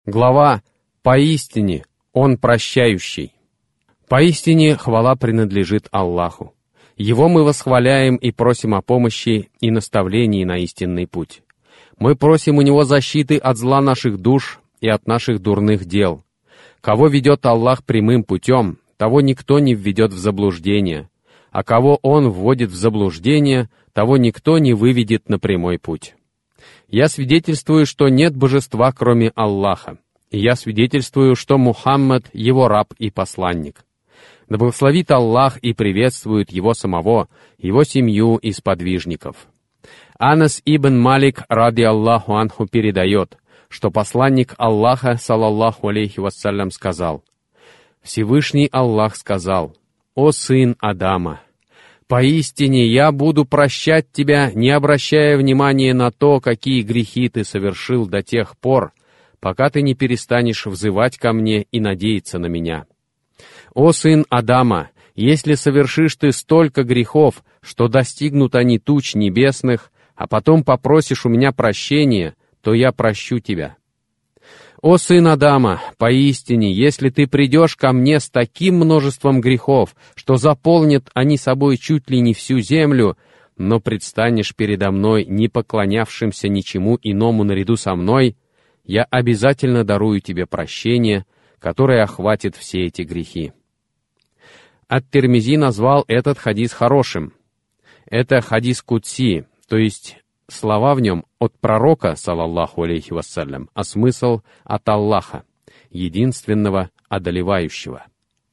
Глава «Поистине Он прощающий». Поистине хвала принадлежит Аллаху. Его мы восхваляем и просим о помощи и наставлении на истинный путь. Мы просим у Него защиты от зла наших душ и от наших дурных дел. Кого ведет Аллах прямым путем, того никто не введет в заблуждение, а кого Он вводит в заблуждение, того никто не выведет на прямой путь. Я свидетельствую, что нет божества, кроме Аллаха, и я свидетельствую, что Мухаммад — его раб и посланник. Да благословит Аллах и приветствует его самого, его семью и сподвижников. Анас ибн Малик, ради Аллаху анху, передает, что посланник Аллаха, салаллаху алейхи вассалям, сказал: «Всевышний Аллах сказал: «О сын Адама, поистине я буду прощать тебя, не обращая внимания на то, какие грехи ты совершил до тех пор, пока ты не перестанешь взывать ко мне и надеяться на меня. О сын Адама, если совершишь ты столько грехов, что достигнут они туч небесных, а потом попросишь у меня прощения, то я прощу тебя. О сын Адама, поистине, если ты придешь ко мне с таким множеством грехов, что заполнят они собой чуть ли не всю землю, но предстанешь передо мной, не поклонявшимся ничему иному наряду со мной, я обязательно дарую тебе прощение, которое охватит все эти грехи». Ат-Тирмизи назвал этот хадис хорошим. Это хадис кудси, то есть слова в нем от пророка, салаллаху алейхи вассалям, а смысл от Аллаха, единственного одолевающего.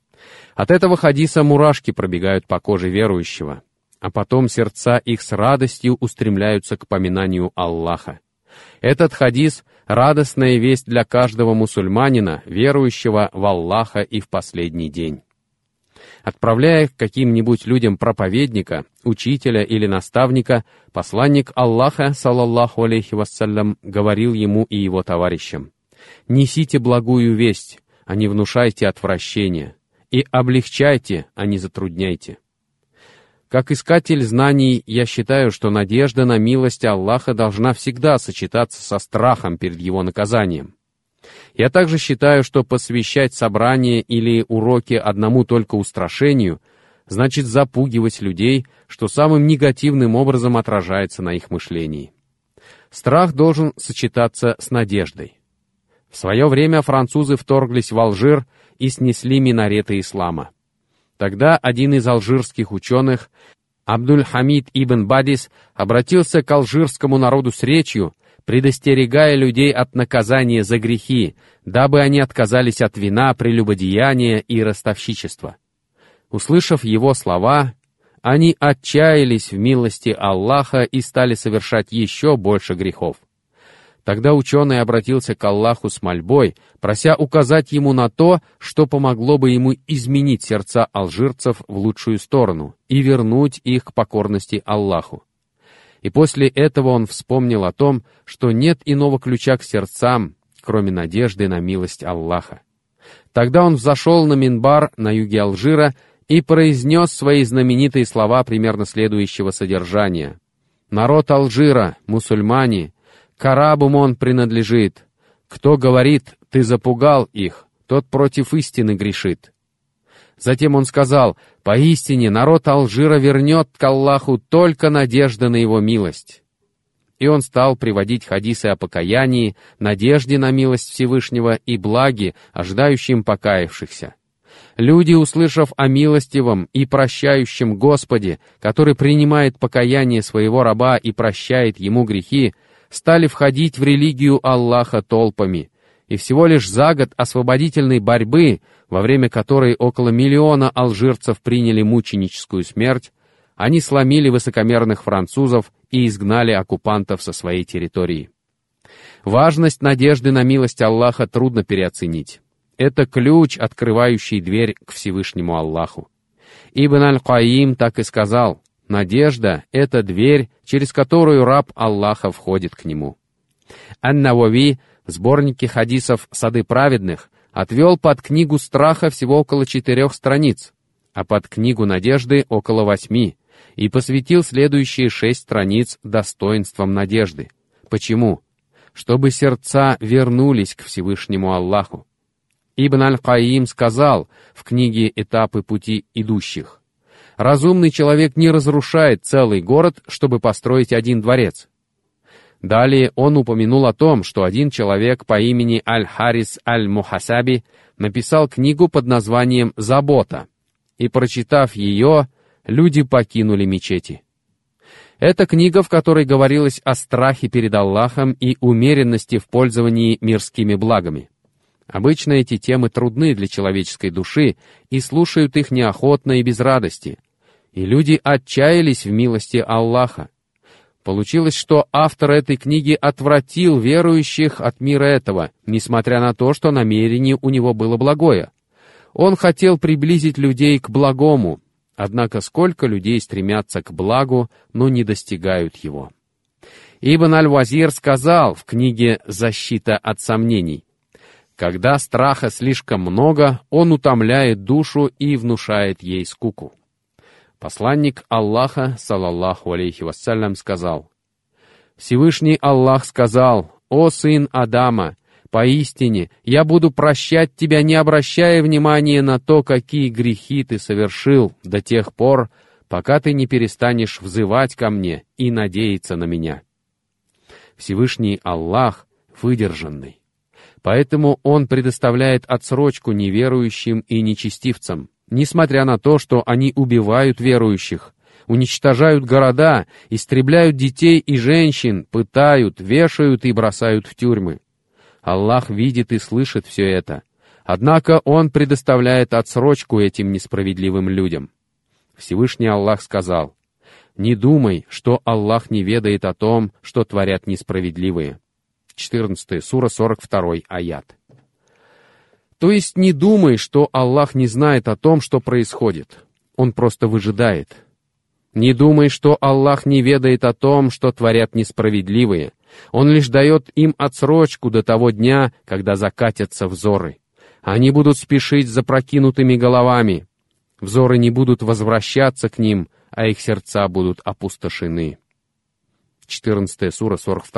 От этого хадиса мурашки пробегают по коже верующего, а потом сердца их с радостью устремляются к поминанию Аллаха. Этот хадис — радостная весть для каждого мусульманина, верующего в Аллаха и в последний день. Отправляя к каким-нибудь людям проповедника, учителя или наставника, посланник Аллаха, салаллаху алейхи вассалям, говорил ему и его товарищам: «Несите благую весть, а не внушайте отвращения, и облегчайте, а не затрудняйте». Как искатель знаний, я считаю, что надежда на милость Аллаха должна всегда сочетаться со страхом перед Его наказанием. Я также считаю, что посвящать собрания или уроки одному только устрашению значит запугивать людей, что самым негативным образом отражается на их мышлении. Страх должен сочетаться с надеждой. В свое время французы вторглись в Алжир и снесли минареты ислама. Тогда один из алжирских ученых, Абдуль-Хамид ибн Бадис, обратился к алжирскому народу с речью, предостерегая людей от наказания за грехи, дабы они отказались от вина, прелюбодеяния и ростовщичества. Услышав его слова, они отчаялись в милости Аллаха и стали совершать еще больше грехов. Тогда ученый обратился к Аллаху с мольбой, прося указать ему на то, что помогло бы ему изменить сердца алжирцев в лучшую сторону и вернуть их к покорности Аллаху. И после этого он вспомнил о том, что нет иного ключа к сердцам, кроме надежды на милость Аллаха. Тогда он взошел на минбар на юге Алжира и произнес свои знаменитые слова примерно следующего содержания: «Народ Алжира, мусульмане, к арабам он принадлежит. Кто говорит, ты запугал их, тот против истины грешит». Затем он сказал: «Поистине народ Алжира вернет к Аллаху только надежда на его милость». И он стал приводить хадисы о покаянии, надежде на милость Всевышнего и благе, ожидающим покаявшихся. Люди, услышав о милостивом и прощающем Господе, который принимает покаяние своего раба и прощает ему грехи, стали входить в религию Аллаха толпами, и всего лишь за год освободительной борьбы, во время которой около 1 миллиона алжирцев приняли мученическую смерть, они сломили высокомерных французов и изгнали оккупантов со своей территории. Важность надежды на милость Аллаха трудно переоценить. Это ключ, открывающий дверь к Всевышнему Аллаху. Ибн Аль-Каим так и сказал: «Надежда — это дверь, через которую раб Аллаха входит к нему». Ан-Навави в сборнике хадисов «Сады праведных» отвел под книгу страха всего около 4 страниц, а под книгу надежды около 8, и посвятил следующие 6 страниц достоинствам надежды. Почему? чтобы сердца вернулись к Всевышнему Аллаху. Ибн Аль-Каим сказал в книге «Этапы пути идущих»: «Разумный человек не разрушает целый город, чтобы построить один дворец». Далее он упомянул о том, что один человек по имени Аль-Харис Аль-Мухасаби написал книгу под названием «Забота», и, прочитав ее, люди покинули мечети. Это книга, в которой говорилось о страхе перед Аллахом и умеренности в пользовании мирскими благами. Обычно эти темы трудны для человеческой души, и слушают их неохотно и без радости. И люди отчаялись в милости Аллаха. Получилось, что автор этой книги отвратил верующих от мира этого, несмотря на то, что намерение у него было благое. Он хотел приблизить людей к благому, однако сколько людей стремятся к благу, но не достигают его. Ибн Аль-Вазир сказал в книге «Защита от сомнений»: «Когда страха слишком много, он утомляет душу и внушает ей скуку». Посланник Аллаха, салаллаху алейхи вассалям, сказал: «Всевышний Аллах сказал: «О сын Адама, поистине я буду прощать тебя, не обращая внимания на то, какие грехи ты совершил, до тех пор, пока ты не перестанешь взывать ко мне и надеяться на меня». Всевышний Аллах выдержанный. Поэтому Он предоставляет отсрочку неверующим и нечестивцам, несмотря на то, что они убивают верующих, уничтожают города, истребляют детей и женщин, пытают, вешают и бросают в тюрьмы. Аллах видит и слышит все это, однако Он предоставляет отсрочку этим несправедливым людям. Всевышний Аллах сказал: «Не думай, что Аллах не ведает о том, что творят несправедливые». 14 сура, 42 аят. То есть не думай, что Аллах не знает о том, что происходит. Он просто выжидает. Не думай, что Аллах не ведает о том, что творят несправедливые. Он лишь дает им отсрочку до того дня, когда закатятся взоры. Они будут спешить с запрокинутыми головами. Взоры не будут возвращаться к ним, а их сердца будут опустошены. 14 сура,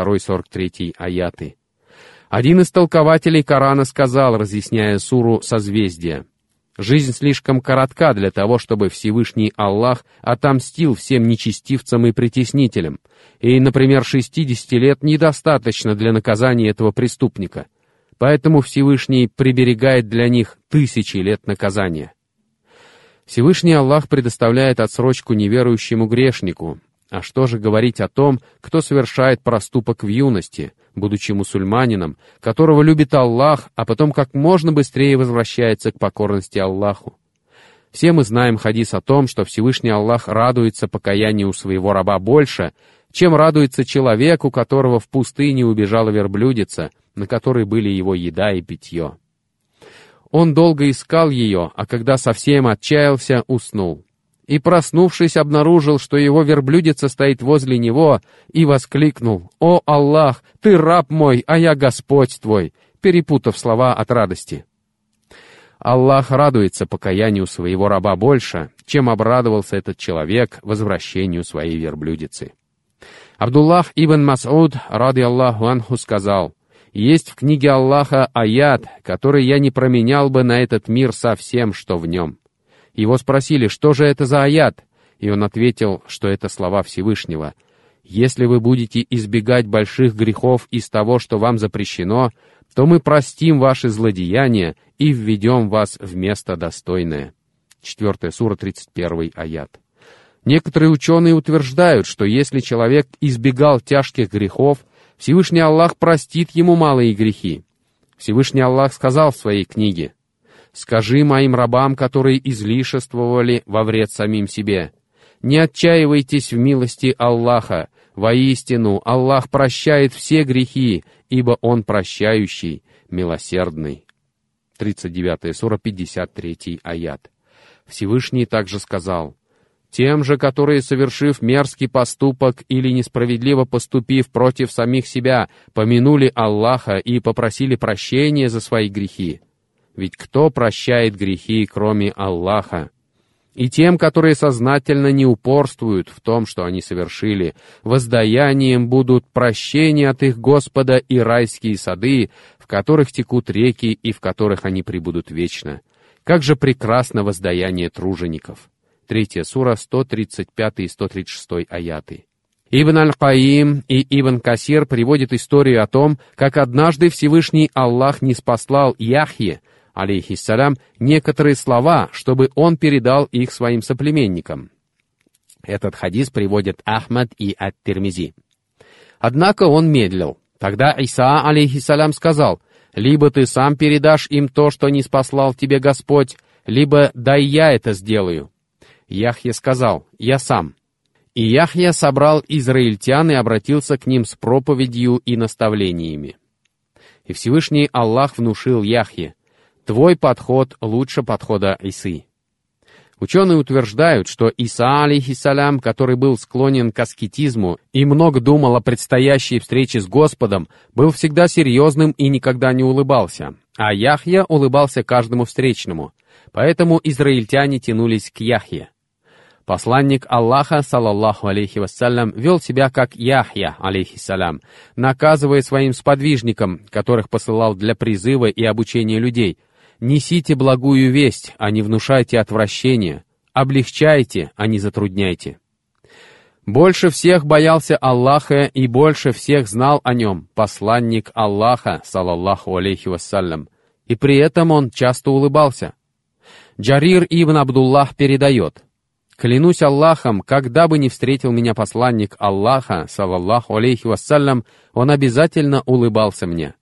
42-43 аяты. Один из толкователей Корана сказал, разъясняя суру «Созвездие»: «Жизнь слишком коротка для того, чтобы Всевышний Аллах отомстил всем нечестивцам и притеснителям, и, например, 60 лет недостаточно для наказания этого преступника, поэтому Всевышний приберегает для них 1000 лет наказания». Всевышний Аллах предоставляет отсрочку неверующему грешнику. А что же говорить о том, кто совершает проступок в юности, будучи мусульманином, которого любит Аллах, а потом как можно быстрее возвращается к покорности Аллаху? Все мы знаем хадис о том, что Всевышний Аллах радуется покаянию своего раба больше, чем радуется человек, у которого в пустыне убежала верблюдица, на которой были его еда и питье. Он долго искал ее, а когда совсем отчаялся, уснул. И, проснувшись, обнаружил, что его верблюдица стоит возле него, и воскликнул: «О Аллах, ты раб мой, а я Господь твой», перепутав слова от радости. Аллах радуется покаянию своего раба больше, чем обрадовался этот человек возвращению своей верблюдицы. Абдуллах ибн Мас'уд, ради Аллаху анху, сказал: «Есть в книге Аллаха аят, который я не променял бы на этот мир со всем, что в нем». Его спросили, что же это за аят, и он ответил, что это слова Всевышнего: «Если вы будете избегать больших грехов из того, что вам запрещено, то мы простим ваши злодеяния и введем вас в место достойное». 4 сура, 31 аят. Некоторые ученые утверждают, что если человек избегал тяжких грехов, Всевышний Аллах простит ему малые грехи. Всевышний Аллах сказал в своей книге: «Скажи моим рабам, которые излишествовали во вред самим себе: не отчаивайтесь в милости Аллаха, воистину Аллах прощает все грехи, ибо Он прощающий, милосердный». 39 сура, 53 аят. Всевышний также сказал: «Тем же, которые, совершив мерзкий поступок или несправедливо поступив против самих себя, помянули Аллаха и попросили прощения за свои грехи. Ведь кто прощает грехи, кроме Аллаха? И тем, которые сознательно не упорствуют в том, что они совершили, воздаянием будут прощение от их Господа и райские сады, в которых текут реки и в которых они пребудут вечно. Как же прекрасно воздаяние тружеников! 3 сура, 135 и 136 аяты. Ибн Аль-Каим и Ибн Касир приводят историю о том, как однажды Всевышний Аллах ниспослал Яхье, алейхиссалям, некоторые слова, чтобы он передал их своим соплеменникам. Этот хадис приводят Ахмад и Ат-Тирмизи. Однако он медлил. Тогда Иса, алейхиссалям, сказал: «Либо ты сам передашь им то, что ниспослал тебе Господь, либо дай я это сделаю». Яхья сказал: «Я сам». И Яхья собрал израильтян и обратился к ним с проповедью и наставлениями. И Всевышний Аллах внушил Яхье: «Твой подход лучше подхода Исы». Ученые утверждают, что Иса, алейхиссалям, который был склонен к аскетизму и много думал о предстоящей встрече с Господом, был всегда серьезным и никогда не улыбался, а Яхья улыбался каждому встречному, поэтому израильтяне тянулись к Яхье. Посланник Аллаха, салаллаху алейхи вассалям, вел себя как Яхья, алейхиссалям, наказывая своим сподвижникам, которых посылал для призыва и обучения людей: «Несите благую весть, а не внушайте отвращение, облегчайте, а не затрудняйте». Больше всех боялся Аллаха и больше всех знал о нем посланник Аллаха, салаллаху алейхи вассалям, и при этом он часто улыбался. Джарир ибн Абдуллах передает: «Клянусь Аллахом, когда бы ни встретил меня посланник Аллаха, салаллаху алейхи вассалям, он обязательно улыбался мне».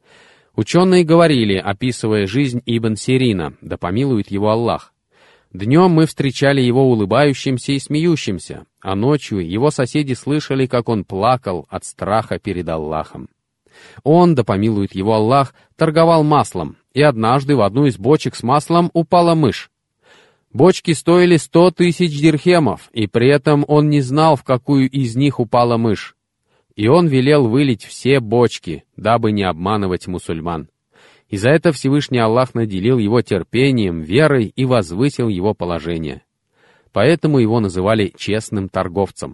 Ученые говорили, описывая жизнь Ибн Сирина, да помилует его Аллах: «Днем мы встречали его улыбающимся и смеющимся, а ночью его соседи слышали, как он плакал от страха перед Аллахом. Он, да помилует его Аллах, торговал маслом, и однажды в одну из бочек с маслом упала мышь. Бочки стоили 100 тысяч дирхемов, и при этом он не знал, в какую из них упала мышь. И он велел вылить все бочки, дабы не обманывать мусульман. И за это Всевышний Аллах наделил его терпением, верой и возвысил его положение. Поэтому его называли честным торговцем.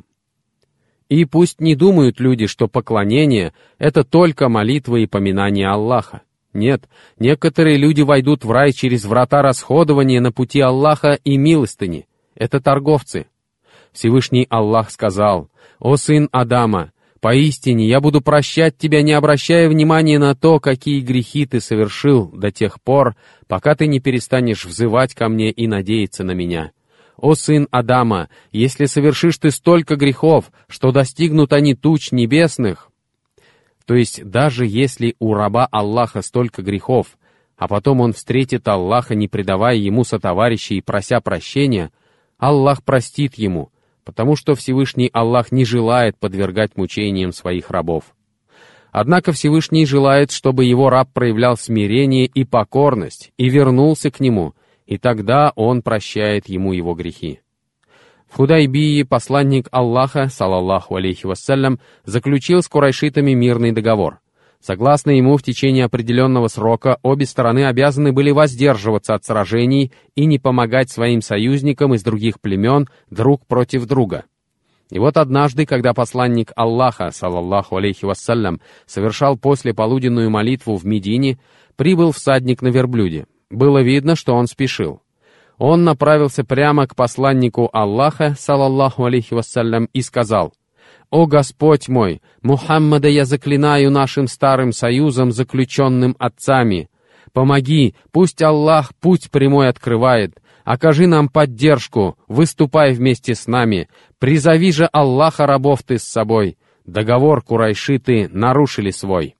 И пусть не думают люди, что поклонение — это только молитва и поминание Аллаха. Нет, некоторые люди войдут в рай через врата расходования на пути Аллаха и милостыни. Это торговцы. Всевышний Аллах сказал: «О сын Адама, поистине я буду прощать тебя, не обращая внимания на то, какие грехи ты совершил, до тех пор, пока ты не перестанешь взывать ко мне и надеяться на меня. О сын Адама, если совершишь ты столько грехов, что достигнут они туч небесных». То есть даже если у раба Аллаха столько грехов, а потом он встретит Аллаха, не предавая ему сотоварищей и прося прощения, Аллах простит ему, потому что Всевышний Аллах не желает подвергать мучениям своих рабов. Однако Всевышний желает, чтобы его раб проявлял смирение и покорность и вернулся к нему, и тогда он прощает ему его грехи. В Худайбии посланник Аллаха, салаллаху алейхи вассалям, заключил с курайшитами мирный договор. Согласно ему, в течение определенного срока обе стороны обязаны были воздерживаться от сражений и не помогать своим союзникам из других племен друг против друга. И вот однажды, когда посланник Аллаха, салаллаху алейхи вассалям, совершал послеполуденную молитву в Медине, прибыл всадник на верблюде. Было видно, что он спешил. Он направился прямо к посланнику Аллаха, салаллаху алейхи вассалям, и сказал: «О Господь мой, Мухаммада я заклинаю нашим старым союзом, заключенным отцами. Помоги, пусть Аллах путь прямой открывает. Окажи нам поддержку, выступай вместе с нами. Призови же Аллаха рабов ты с собой. Договор курайшиты нарушили свой».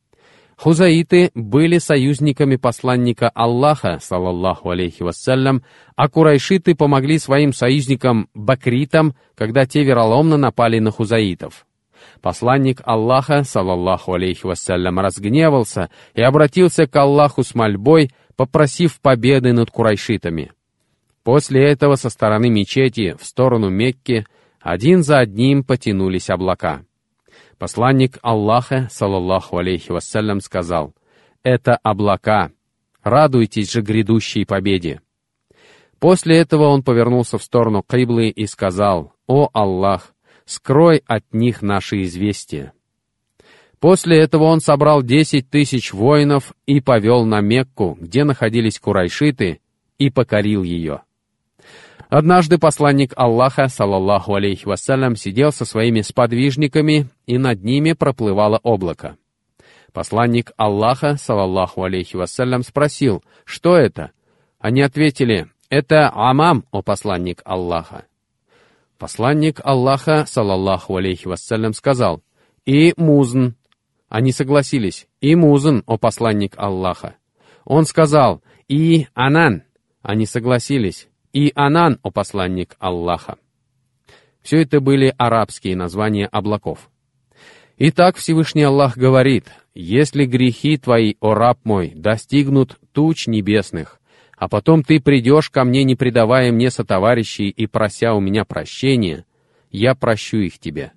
Хузаиты были союзниками посланника Аллаха, салаллаху алейхи вассалям, а курайшиты помогли своим союзникам бакритам, когда те вероломно напали на хузаитов. Посланник Аллаха, салаллаху алейхи вассалям, разгневался и обратился к Аллаху с мольбой, попросив победы над курайшитами. После этого со стороны мечети в сторону Мекки один за одним потянулись облака. Посланник Аллаха, салаллаху алейхи вассалям, сказал: «Это облака. Радуйтесь же грядущей победе». После этого он повернулся в сторону Киблы и сказал: «О Аллах, скрой от них наши известия». После этого он собрал 10 тысяч воинов и повел на Мекку, где находились курайшиты, и покорил ее. Однажды посланник Аллаха, саллаллаху алейхи вассалям, сидел со своими сподвижниками, и над ними проплывало облако. Посланник Аллаха, саллаллаху алейхи вассалям, спросил: «Что это?» Они ответили: «Это Амам, о посланник Аллаха». Посланник Аллаха, саллаллаху алейхи вассалям, сказал: «И Музн». Они согласились: «И Музн, о посланник Аллаха». Он сказал: «И Анан». Они согласились: «И Анан, о посланник Аллаха». Все это были арабские названия облаков. Итак, Всевышний Аллах говорит: «Если грехи твои, о раб мой, достигнут туч небесных, а потом ты придешь ко мне, не предавая мне сотоварищей и прося у меня прощения, я прощу их тебе».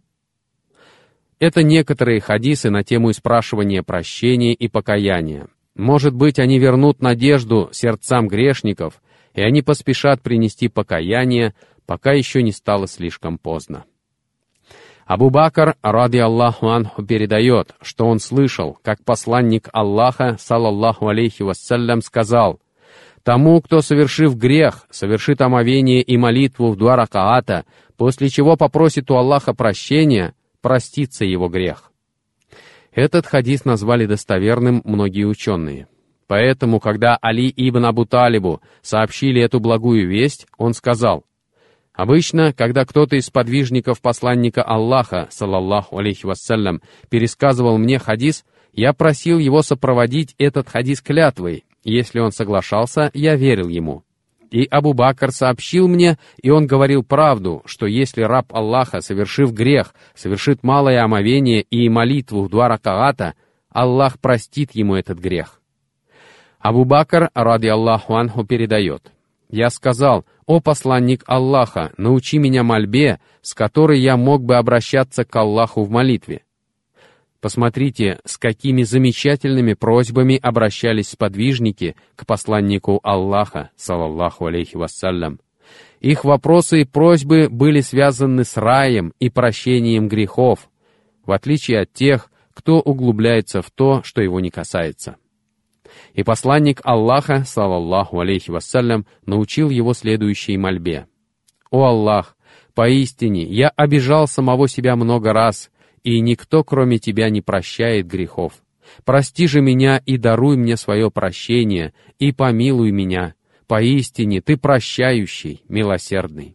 Это некоторые хадисы на тему испрашивания прощения и покаяния. Может быть, они вернут надежду сердцам грешников, и они поспешат принести покаяние, пока еще не стало слишком поздно. Абу Бакр, ради Аллаху анху, передает, что он слышал, как посланник Аллаха, саллаллаху алейхи вассалям, сказал: «Тому, кто, совершив грех, совершит омовение и молитву в 2 ракаата, после чего попросит у Аллаха прощения, простится его грех». Этот хадис назвали достоверным многие ученые. Поэтому, когда Али ибн Абу Талибу сообщили эту благую весть, он сказал: «Обычно, когда кто-то из сподвижников посланника Аллаха, саллаллаху алейхи вассалям, пересказывал мне хадис, я просил его сопроводить этот хадис клятвой. Если он соглашался, я верил ему. И Абу Бакр сообщил мне, и он говорил правду, что если раб Аллаха, совершив грех, совершит малое омовение и молитву в 2 ракаата, Аллах простит ему этот грех». Абу Бакр, ради Аллаху анху, передает: «Я сказал: о посланник Аллаха, научи меня мольбе, с которой я мог бы обращаться к Аллаху в молитве». Посмотрите, с какими замечательными просьбами обращались сподвижники к посланнику Аллаха, саллаллаху алейхи вассалям. Их вопросы и просьбы были связаны с раем и прощением грехов, в отличие от тех, кто углубляется в то, что его не касается. И посланник Аллаха, саллаллаху алейхи вассалям, научил его следующей мольбе: «О Аллах, поистине я обижал самого себя много раз, и никто, кроме Тебя, не прощает грехов. Прости же меня и даруй мне свое прощение, и помилуй меня. Поистине Ты прощающий, милосердный».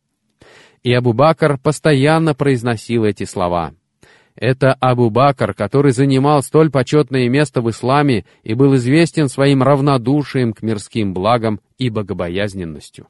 И Абу Бакр постоянно произносил эти слова. Это Абу Бакр, который занимал столь почетное место в исламе и был известен своим равнодушием к мирским благам и богобоязненностью.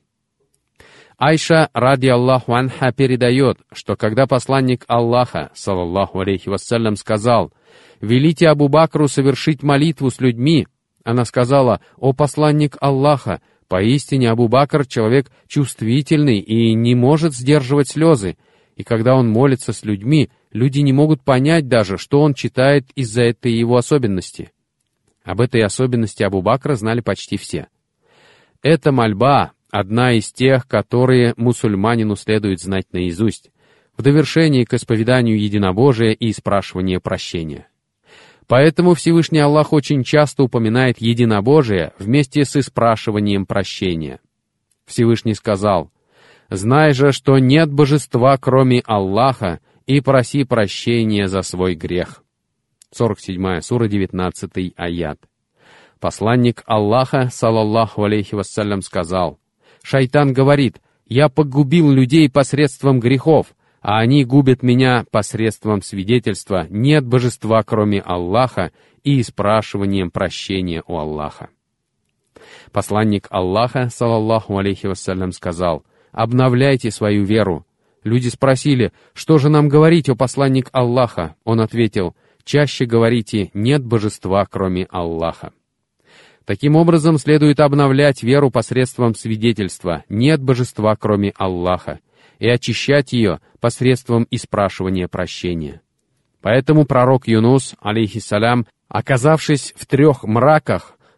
Айша, ради Аллаху анха, передает, что когда посланник Аллаха, саллаллаху алейхи вассалям, сказал: «Велите Абу Бакру совершить молитву с людьми», она сказала: «О посланник Аллаха, поистине Абу Бакр человек чувствительный и не может сдерживать слезы, и когда он молится с людьми, люди не могут понять даже, что он читает из-за этой его особенности». Об этой особенности Абу Бакра знали почти все. Эта мольба — одна из тех, которые мусульманину следует знать наизусть, в довершении к исповеданию единобожия и спрашиванию прощения. Поэтому Всевышний Аллах очень часто упоминает единобожие вместе с испрашиванием прощения. Всевышний сказал: «Знай же, что нет божества, кроме Аллаха, и проси прощения за свой грех». 47 сура, 19 аят. Посланник Аллаха, саллаллаху алейхи вассалям, сказал: «Шайтан говорит: я погубил людей посредством грехов, а они губят меня посредством свидетельства «нет божества, кроме Аллаха» и спрашиванием прощения у Аллаха». Посланник Аллаха, саллаллаху алейхи вассалям, сказал: «Обновляйте свою веру». Люди спросили: «Что же нам говорить, о посланник Аллаха?» Он ответил: «Чаще говорите: нет божества, кроме Аллаха». Таким образом, следует обновлять веру посредством свидетельства «нет божества, кроме Аллаха» и очищать ее посредством испрашивания прощения. Поэтому пророк Юнус, алейхиссалям, оказавшись в 3 мраках,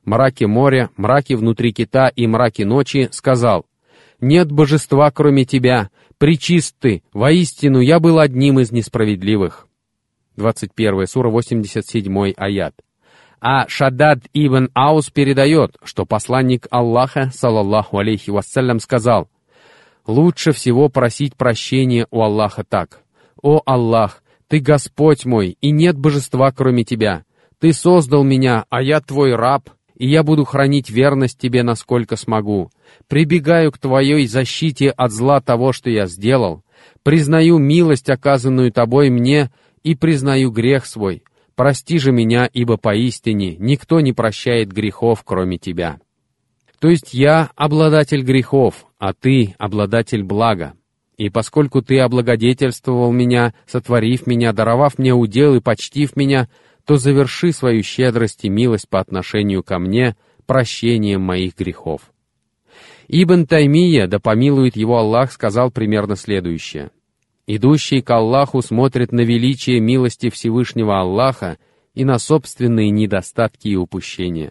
мраке моря, мраке внутри кита и мраке ночи, сказал: «Нет божества, кроме тебя, пречист ты, воистину я был одним из несправедливых». 21 сура, 87 аят. А Шаддад ибн Аус передает, что посланник Аллаха, саллаллаху алейхи вассалям, сказал: «Лучше всего просить прощения у Аллаха так: «О Аллах, Ты Господь мой, и нет божества, кроме Тебя. Ты создал меня, а я Твой раб, и я буду хранить верность Тебе, насколько смогу. Прибегаю к Твоей защите от зла того, что я сделал. Признаю милость, оказанную Тобой мне, и признаю грех свой. Прости же меня, ибо поистине никто не прощает грехов, кроме Тебя». То есть я обладатель грехов, а Ты обладатель блага. И поскольку Ты облагодетельствовал меня, сотворив меня, даровав мне удел и почтив меня, то заверши свою щедрость и милость по отношению ко мне прощением моих грехов. Ибн Таймия, да помилует его Аллах, сказал примерно следующее: «Идущий к Аллаху смотрит на величие милости Всевышнего Аллаха и на собственные недостатки и упущения».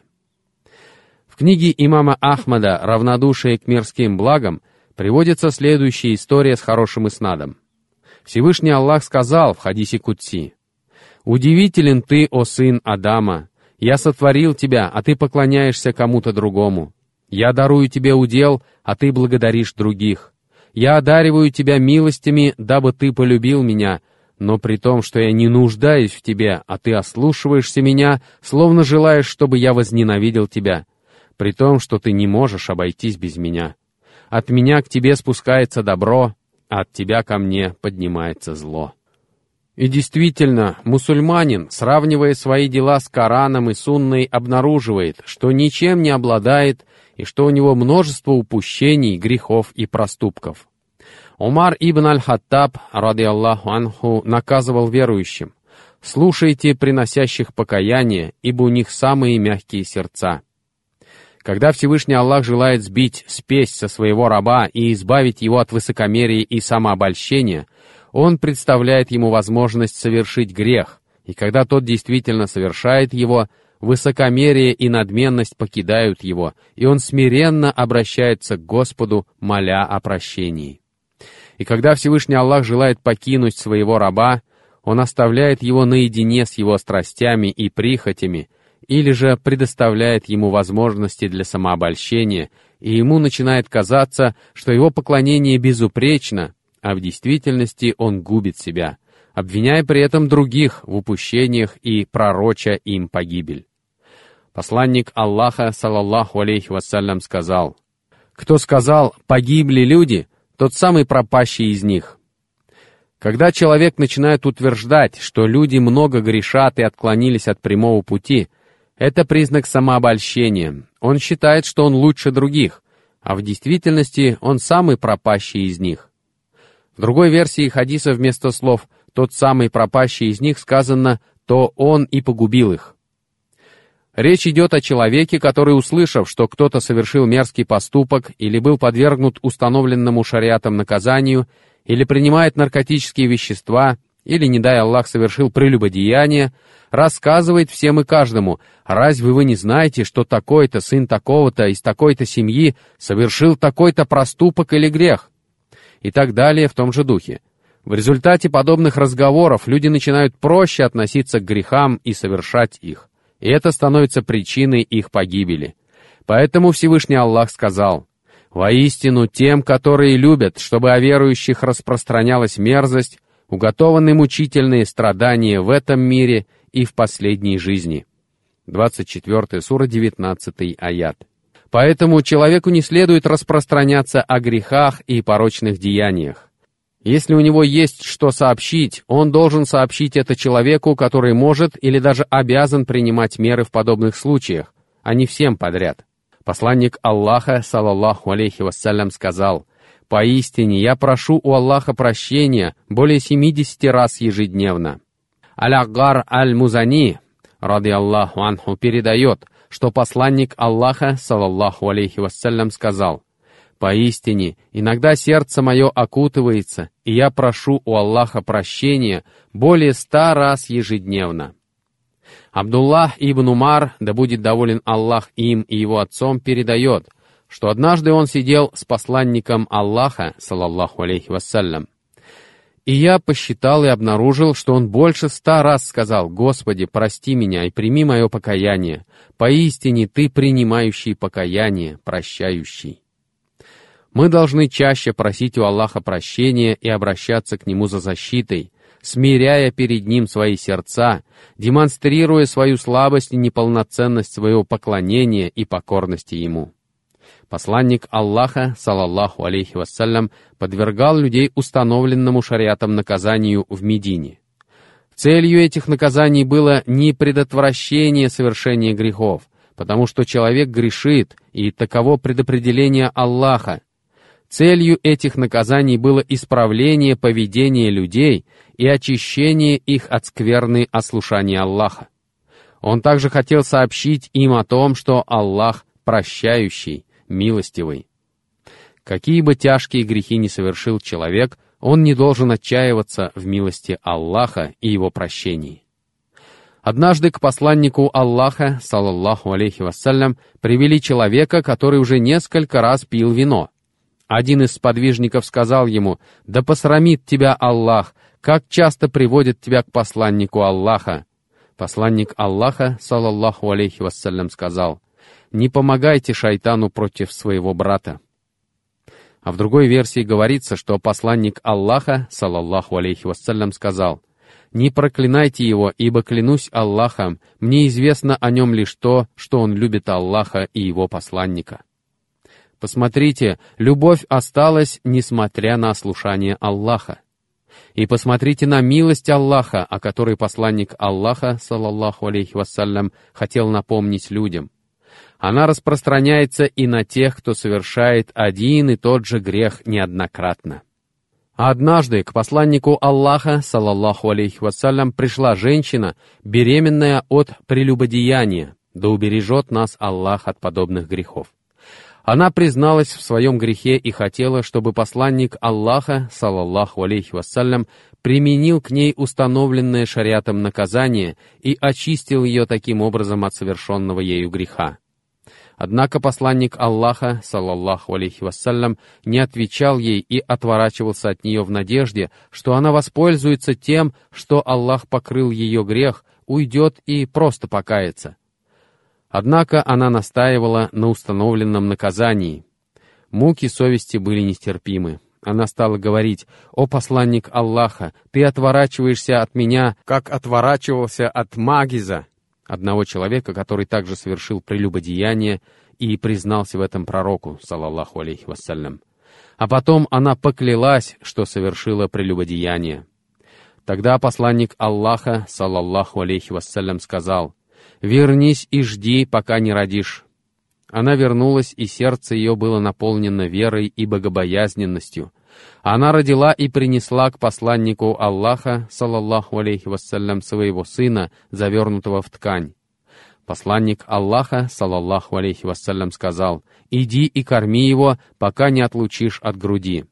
В книге имама Ахмада «Равнодушие к мирским благам» приводится следующая история с хорошим иснадом. Всевышний Аллах сказал в хадисе Кудси: «Удивителен ты, о сын Адама! Я сотворил тебя, а ты поклоняешься кому-то другому. Я дарую тебе удел, а ты благодаришь других. Я одариваю тебя милостями, дабы ты полюбил меня, но при том, что я не нуждаюсь в тебе, а ты ослушиваешься меня, словно желаешь, чтобы я возненавидел тебя, при том, что ты не можешь обойтись без меня. От меня к тебе спускается добро, а от тебя ко мне поднимается зло». И действительно, мусульманин, сравнивая свои дела с Кораном и Сунной, обнаруживает, что ничем не обладает и что у него множество упущений, грехов и проступков. Умар ибн аль-Хаттаб, ради Аллаху анху, наказывал верующим: «Слушайте приносящих покаяние, ибо у них самые мягкие сердца». Когда Всевышний Аллах желает сбить спесь со своего раба и избавить его от высокомерия и самообольщения, Он представляет ему возможность совершить грех, и когда тот действительно совершает его, высокомерие и надменность покидают его, и он смиренно обращается к Господу, моля о прощении. И когда Всевышний Аллах желает покинуть своего раба, Он оставляет его наедине с его страстями и прихотями, или же предоставляет ему возможности для самообольщения, и ему начинает казаться, что его поклонение безупречно, а в действительности он губит себя, обвиняя при этом других в упущениях и пророча им погибель. Посланник Аллаха, саллаллаху алейхи вассалям, сказал: «Кто сказал «погибли люди», тот самый пропащий из них». Когда человек начинает утверждать, что люди много грешат и отклонились от прямого пути, это признак самообольщения. Он считает, что он лучше других, а в действительности он самый пропащий из них. В другой версии хадиса вместо слов «тот самый пропащий из них» сказано «то он и погубил их». Речь идет о человеке, который, услышав, что кто-то совершил мерзкий поступок или был подвергнут установленному шариатом наказанию, или принимает наркотические вещества, или, не дай Аллах, совершил прелюбодеяние, рассказывает всем и каждому: «Разве вы не знаете, что такой-то сын такого-то из такой-то семьи совершил такой-то проступок или грех?» И так далее в том же духе. В результате подобных разговоров люди начинают проще относиться к грехам и совершать их, и это становится причиной их погибели. Поэтому Всевышний Аллах сказал: «Воистину тем, которые любят, чтобы о верующих распространялась мерзость, уготованы мучительные страдания в этом мире и в последней жизни». 24 сура, 19 аят. Поэтому человеку не следует распространяться о грехах и порочных деяниях. Если у него есть что сообщить, он должен сообщить это человеку, который может или даже обязан принимать меры в подобных случаях, а не всем подряд. Посланник Аллаха, саллаллаху алейхи вассалям, сказал: «Поистине я прошу у Аллаха прощения более 70 раз ежедневно». Аль-Аггар аль-Музани, ради Аллаху анху, передает, что посланник Аллаха, саллаллаху алейхи вассалям, сказал: «Поистине, иногда сердце мое окутывается, и я прошу у Аллаха прощения более 100 раз ежедневно». Абдуллах ибн Умар, да будет доволен Аллах им и его отцом, передает, что однажды он сидел с посланником Аллаха, салаллаху алейхи вассалям, и я посчитал и обнаружил, что он больше 100 раз сказал: «Господи, прости меня и прими мое покаяние. Поистине Ты принимающий покаяние, прощающий». Мы должны чаще просить у Аллаха прощения и обращаться к Нему за защитой, смиряя перед Ним свои сердца, демонстрируя свою слабость и неполноценность своего поклонения и покорности Ему. Посланник Аллаха, салаллаху алейхи вассалям, подвергал людей установленному шариатом наказанию в Медине. Целью этих наказаний было не предотвращение совершения грехов, потому что человек грешит, и таково предопределение Аллаха. Целью этих наказаний было исправление поведения людей и очищение их от скверны ослушания Аллаха. Он также хотел сообщить им о том, что Аллах прощающий, милостивый. Какие бы тяжкие грехи ни совершил человек, он не должен отчаиваться в милости Аллаха и Его прощении. Однажды к посланнику Аллаха, салаллаху алейхи вассалям, привели человека, который уже несколько раз пил вино. Один из сподвижников сказал ему: «Да посрамит тебя Аллах! Как часто приводят тебя к посланнику Аллаха?» Посланник Аллаха, салаллаху алейхи вассалям, сказал: «Не помогайте шайтану против своего брата». А в другой версии говорится, что посланник Аллаха, салаллаху алейхи вассалям, сказал: «Не проклинайте его, ибо, клянусь Аллахом, мне известно о нем лишь то, что он любит Аллаха и его посланника». Посмотрите, любовь осталась, несмотря на ослушание Аллаха. И посмотрите на милость Аллаха, о которой посланник Аллаха, салаллаху алейхи вассалям, хотел напомнить людям. Она распространяется и на тех, кто совершает один и тот же грех неоднократно. Однажды к посланнику Аллаха, салаллаху алейхи вассалям, пришла женщина, беременная от прелюбодеяния, да убережет нас Аллах от подобных грехов. Она призналась в своем грехе и хотела, чтобы посланник Аллаха, салаллаху алейхи вассалям, применил к ней установленное шариатом наказание и очистил ее таким образом от совершенного ею греха. Однако посланник Аллаха, салаллаху алейхи вассалям, не отвечал ей и отворачивался от нее в надежде, что она воспользуется тем, что Аллах покрыл ее грех, уйдет и просто покается. Однако она настаивала на установленном наказании. Муки совести были нестерпимы. Она стала говорить: «О посланник Аллаха, ты отворачиваешься от меня, как отворачивался от Магиза», одного человека, который также совершил прелюбодеяние и признался в этом пророку, салаллаху алейхи вассалям. А потом она поклялась, что совершила прелюбодеяние. Тогда посланник Аллаха, салаллаху алейхи вассалям, сказал: «Вернись и жди, пока не родишь». Она вернулась, и сердце ее было наполнено верой и богобоязненностью. Она родила и принесла к посланнику Аллаха, салаллаху алейхи вассалям, своего сына, завернутого в ткань. Посланник Аллаха, салаллаху алейхи вассалям, сказал: «Иди и корми его, пока не отлучишь от груди».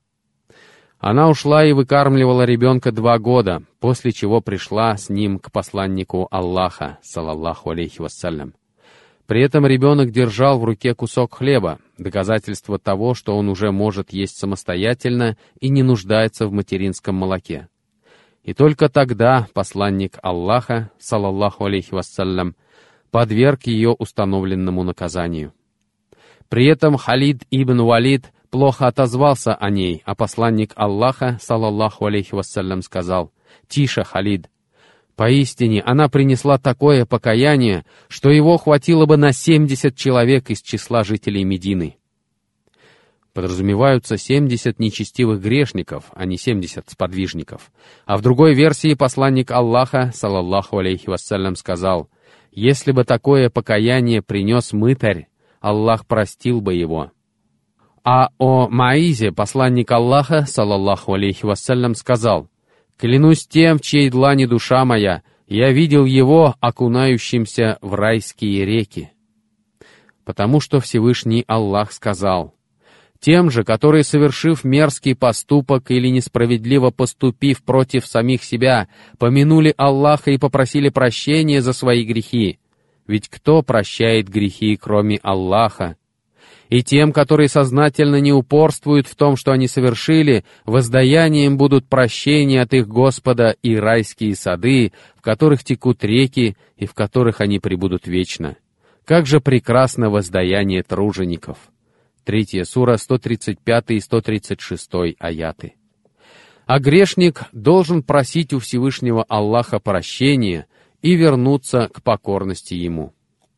Она ушла и выкармливала ребенка 2 года, после чего пришла с ним к посланнику Аллаха, салаллаху алейхи вассалям. При этом ребенок держал в руке кусок хлеба, доказательство того, что он уже может есть самостоятельно и не нуждается в материнском молоке. И только тогда посланник Аллаха, салаллаху алейхи вассалям, подверг ее установленному наказанию. При этом Халид ибн Валид плохо отозвался о ней, а посланник Аллаха, салаллаху алейхи вассалям, сказал: «Тише, Халид! Поистине, она принесла такое покаяние, что его хватило бы на 70 человек из числа жителей Медины». Подразумеваются 70 нечестивых грешников, а не 70 сподвижников. А в другой версии посланник Аллаха, салаллаху алейхи вассалям, сказал: «Если бы такое покаяние принес мытарь, Аллах простил бы его». А о Маизе посланник Аллаха, салаллаху алейхи вассалям, сказал: «Клянусь тем, в чьей длани душа моя, я видел его окунающимся в райские реки». Потому что Всевышний Аллах сказал: Тем же, которые, совершив мерзкий поступок или несправедливо поступив против самих себя, помянули Аллаха и попросили прощения за свои грехи. Ведь кто прощает грехи, кроме Аллаха? И тем, которые сознательно не упорствуют в том, что они совершили, воздаянием будут прощения от их Господа и райские сады, в которых текут реки и в которых они пребудут вечно. Как же прекрасно воздаяние тружеников! 3 сура, 135 и 136 аяты. А грешник должен просить у Всевышнего Аллаха прощения и вернуться к покорности Ему.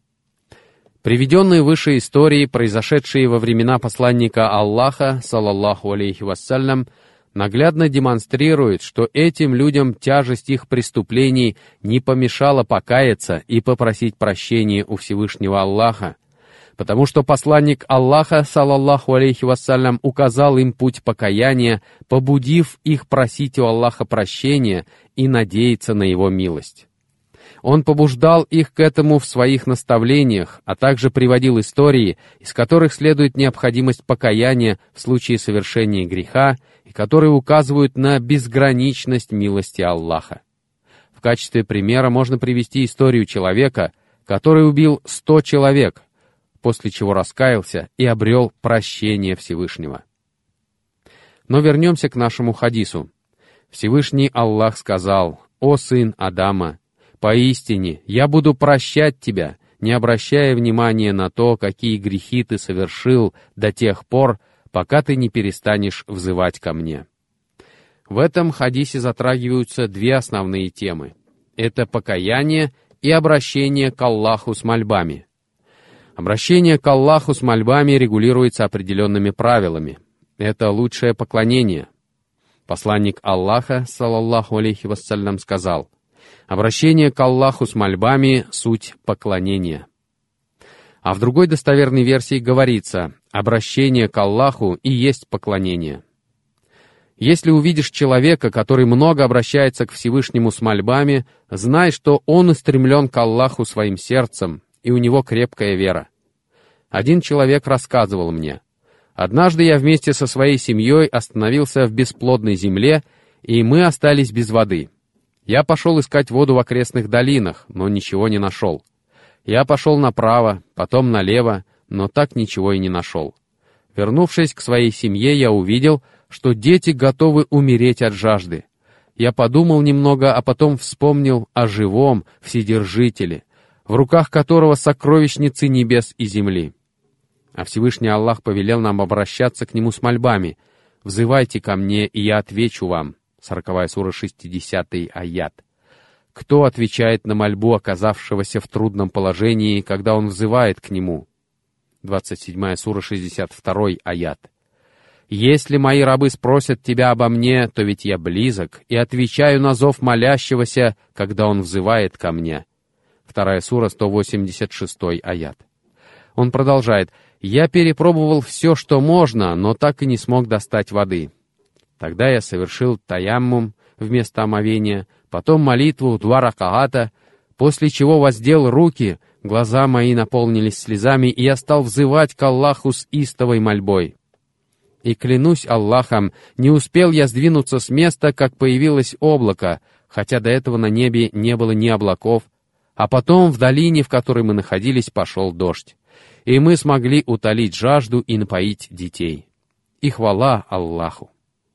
Приведенные выше истории, произошедшие во времена посланника Аллаха, саллаллаху алейхи вассалям, наглядно демонстрируют, что этим людям тяжесть их преступлений не помешала покаяться и попросить прощения у Всевышнего Аллаха, потому что посланник Аллаха, саллаллаху алейхи вассалям, указал им путь покаяния, побудив их просить у Аллаха прощения и надеяться на Его милость. Он побуждал их к этому в своих наставлениях, а также приводил истории, из которых следует необходимость покаяния в случае совершения греха и которые указывают на безграничность милости Аллаха. В качестве примера можно привести историю человека, который убил 100 человек, после чего раскаялся и обрел прощение Всевышнего. Но вернемся к нашему хадису. Всевышний Аллах сказал: «О сын Адама, поистине я буду прощать тебя, не обращая внимания на то, какие грехи ты совершил до тех пор, пока ты не перестанешь взывать ко мне». В этом хадисе затрагиваются две основные темы. Это покаяние и обращение к Аллаху с мольбами. Обращение к Аллаху с мольбами регулируется определенными правилами. Это лучшее поклонение. Посланник Аллаха, саллаллаху алейхи вассалям, сказал: «Обращение к Аллаху с мольбами — суть поклонения». А в другой достоверной версии говорится: «Обращение к Аллаху и есть поклонение». Если увидишь человека, который много обращается к Всевышнему с мольбами, знай, что он устремлен к Аллаху своим сердцем, и у него крепкая вера. Один человек рассказывал мне: «Однажды я вместе со своей семьей остановился в бесплодной земле, и мы остались без воды. Я пошел искать воду в окрестных долинах, но ничего не нашел. Я пошел направо, потом налево, но так ничего и не нашел. Вернувшись к своей семье, я увидел, что дети готовы умереть от жажды. Я подумал немного, а потом вспомнил о живом Вседержителе, в руках которого сокровищницы небес и земли. А Всевышний Аллах повелел нам обращаться к Нему с мольбами: «Взывайте ко мне, и я отвечу вам». 40 сура, 60 аят. Кто отвечает на мольбу оказавшегося в трудном положении, когда он взывает к Нему? 27 сура, 62 аят. «Если мои рабы спросят тебя обо мне, то ведь я близок, и отвечаю на зов молящегося, когда он взывает ко мне». 2 сура, 186 аят. Он продолжает: «Я перепробовал все, что можно, но так и не смог достать воды. Тогда я совершил таяммум вместо омовения, потом молитву 2 ракаата, после чего воздел руки, глаза мои наполнились слезами, и я стал взывать к Аллаху с истовой мольбой. И клянусь Аллахом, не успел я сдвинуться с места, как появилось облако, хотя до этого на небе не было ни облаков, а потом в долине, в которой мы находились, пошел дождь, и мы смогли утолить жажду и напоить детей. И хвала Аллаху».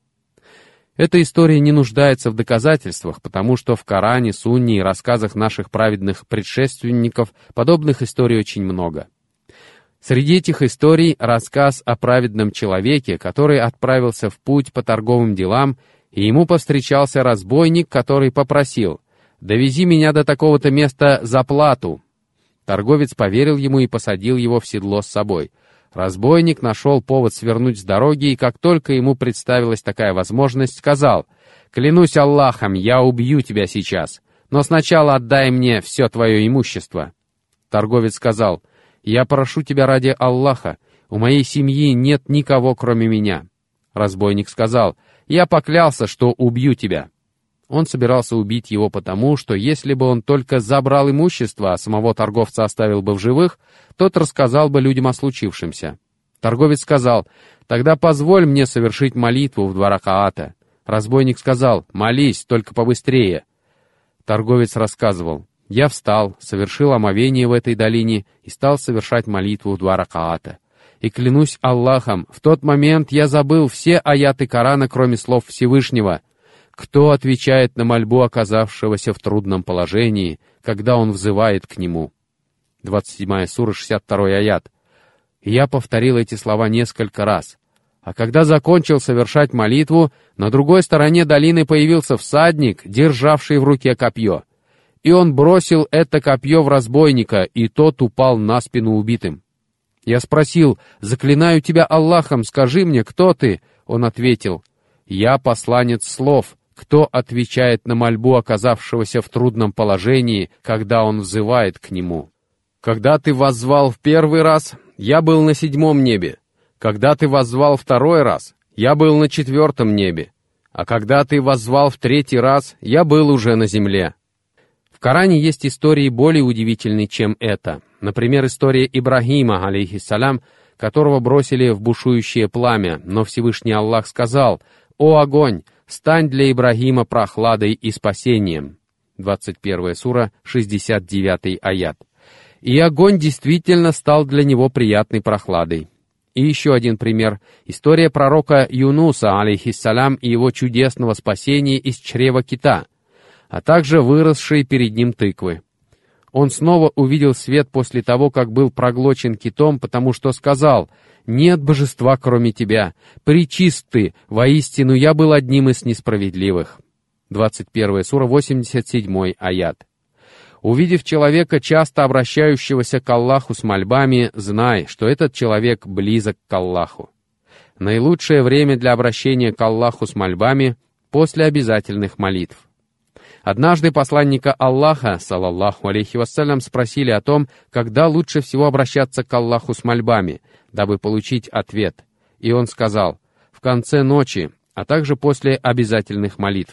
Эта история не нуждается в доказательствах, потому что в Коране, Сунне и рассказах наших праведных предшественников подобных историй очень много. Среди этих историй рассказ о праведном человеке, который отправился в путь по торговым делам, и ему повстречался разбойник, который попросил: «Довези меня до такого-то места за плату». Торговец поверил ему и посадил его в седло с собой. Разбойник нашел повод свернуть с дороги, и как только ему представилась такая возможность, сказал: «Клянусь Аллахом, я убью тебя сейчас, но сначала отдай мне все твое имущество». Торговец сказал: «Я прошу тебя ради Аллаха, у моей семьи нет никого, кроме меня». Разбойник сказал: «Я поклялся, что убью тебя». Он собирался убить его потому, что если бы он только забрал имущество, а самого торговца оставил бы в живых, тот рассказал бы людям о случившемся. Торговец сказал: «Тогда позволь мне совершить молитву в 2 ракаата». Разбойник сказал: «Молись, только побыстрее». Торговец рассказывал: «Я встал, совершил омовение в этой долине и стал совершать молитву в 2 ракаата. И клянусь Аллахом, в тот момент я забыл все аяты Корана, кроме слов Всевышнего. Кто отвечает на мольбу оказавшегося в трудном положении, когда он взывает к нему?» 27 сура, 62 аят. И я повторил эти слова несколько раз. А когда закончил совершать молитву, на другой стороне долины появился всадник, державший в руке копье. И он бросил это копье в разбойника, и тот упал на спину убитым. Я спросил: «Заклинаю тебя Аллахом, скажи мне, кто ты?» Он ответил: «Я посланец слов, кто отвечает на мольбу оказавшегося в трудном положении, когда он взывает к нему. Когда ты воззвал в 1 раз, я был на 7 небе. Когда ты воззвал 2 раз, я был на 4 небе. А когда ты воззвал в 3 раз, я был уже на земле». В Коране есть истории более удивительные, чем это. Например, история Ибрагима, алейхиссалям, которого бросили в бушующее пламя, но Всевышний Аллах сказал: «О огонь, стань для Ибрагима прохладой и спасением». 21 сура, 69 аят. И огонь действительно стал для него приятной прохладой. И еще один пример. История пророка Юнуса, алейхиссалям, и его чудесного спасения из чрева кита, а также выросшей перед ним тыквы. Он снова увидел свет после того, как был проглочен китом, потому что сказал: «Нет божества, кроме тебя. Пречист ты, воистину я был одним из несправедливых». 21 сура, 87 аят. Увидев человека, часто обращающегося к Аллаху с мольбами, знай, что этот человек близок к Аллаху. Наилучшее время для обращения к Аллаху с мольбами — после обязательных молитв. Однажды посланника Аллаха, салаллаху алейхи вассалям, спросили о том, когда лучше всего обращаться к Аллаху с мольбами, дабы получить ответ. И он сказал: в конце ночи, а также после обязательных молитв.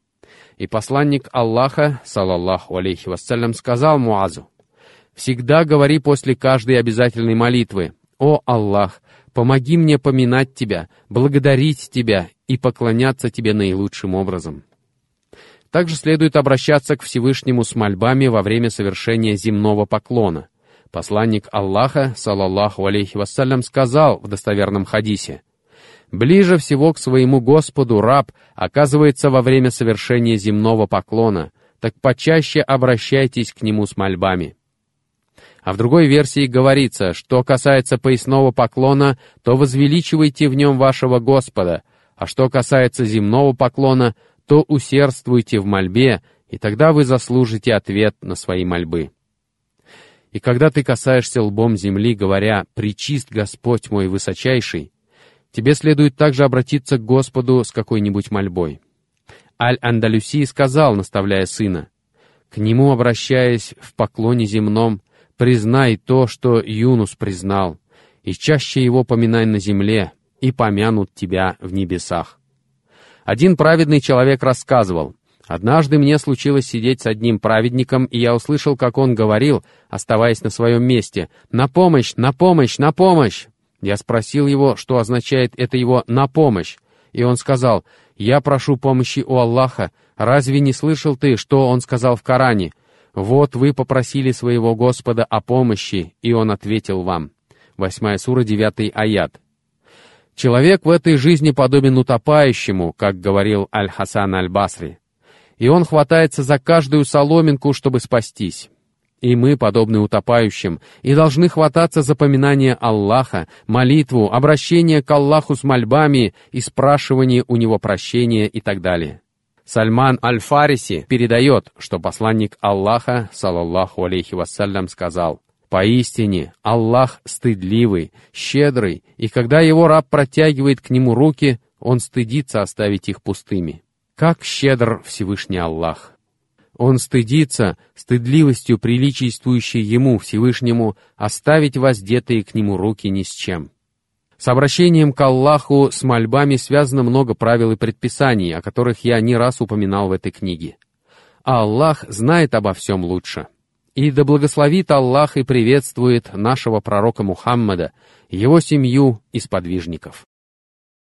И посланник Аллаха, салаллаху алейхи вассалям, сказал Муазу: «Всегда говори после каждой обязательной молитвы: «О Аллах, помоги мне поминать Тебя, благодарить Тебя и поклоняться Тебе наилучшим образом». Также следует обращаться к Всевышнему с мольбами во время совершения земного поклона. Посланник Аллаха, салаллаху алейхи вассалям, сказал в достоверном хадисе: «Ближе всего к своему Господу раб оказывается во время совершения земного поклона, так почаще обращайтесь к нему с мольбами». А в другой версии говорится: что касается поясного поклона, то возвеличивайте в нем вашего Господа, а что касается земного поклона, то усердствуйте в мольбе, и тогда вы заслужите ответ на свои мольбы. И когда ты касаешься лбом земли, говоря: «Пречист Господь мой высочайший», тебе следует также обратиться к Господу с какой-нибудь мольбой. Аль-Андалюси сказал, наставляя сына: «К нему, обращаясь в поклоне земном, признай то, что Юнус признал, и чаще его поминай на земле, и помянут тебя в небесах». Один праведный человек рассказывал: «Однажды мне случилось сидеть с одним праведником, и я услышал, как он говорил, оставаясь на своем месте: «На помощь! На помощь! На помощь!» Я спросил его, что означает это его «на помощь», и он сказал: «Я прошу помощи у Аллаха. Разве не слышал ты, что он сказал в Коране? Вот вы попросили своего Господа о помощи, и он ответил вам». 8 сура, 9 аят. Человек в этой жизни подобен утопающему, как говорил Аль-Хасан Аль-Басри, и он хватается за каждую соломинку, чтобы спастись. И мы подобны утопающим, и должны хвататься за поминание Аллаха, молитву, обращение к Аллаху с мольбами и спрашивание у Него прощения и так далее. Сальман Аль-Фариси передает, что посланник Аллаха, салаллаху алейхи вассалям, сказал: «Поистине, Аллах стыдливый, щедрый, и когда его раб протягивает к нему руки, он стыдится оставить их пустыми». Как щедр Всевышний Аллах! Он стыдится, стыдливостью, приличествующей Ему, Всевышнему, оставить воздетые к Нему руки ни с чем. С обращением к Аллаху с мольбами связано много правил и предписаний, о которых я не раз упоминал в этой книге. А Аллах знает обо всем лучше. И да благословит Аллах и приветствует нашего пророка Мухаммада, его семью и сподвижников.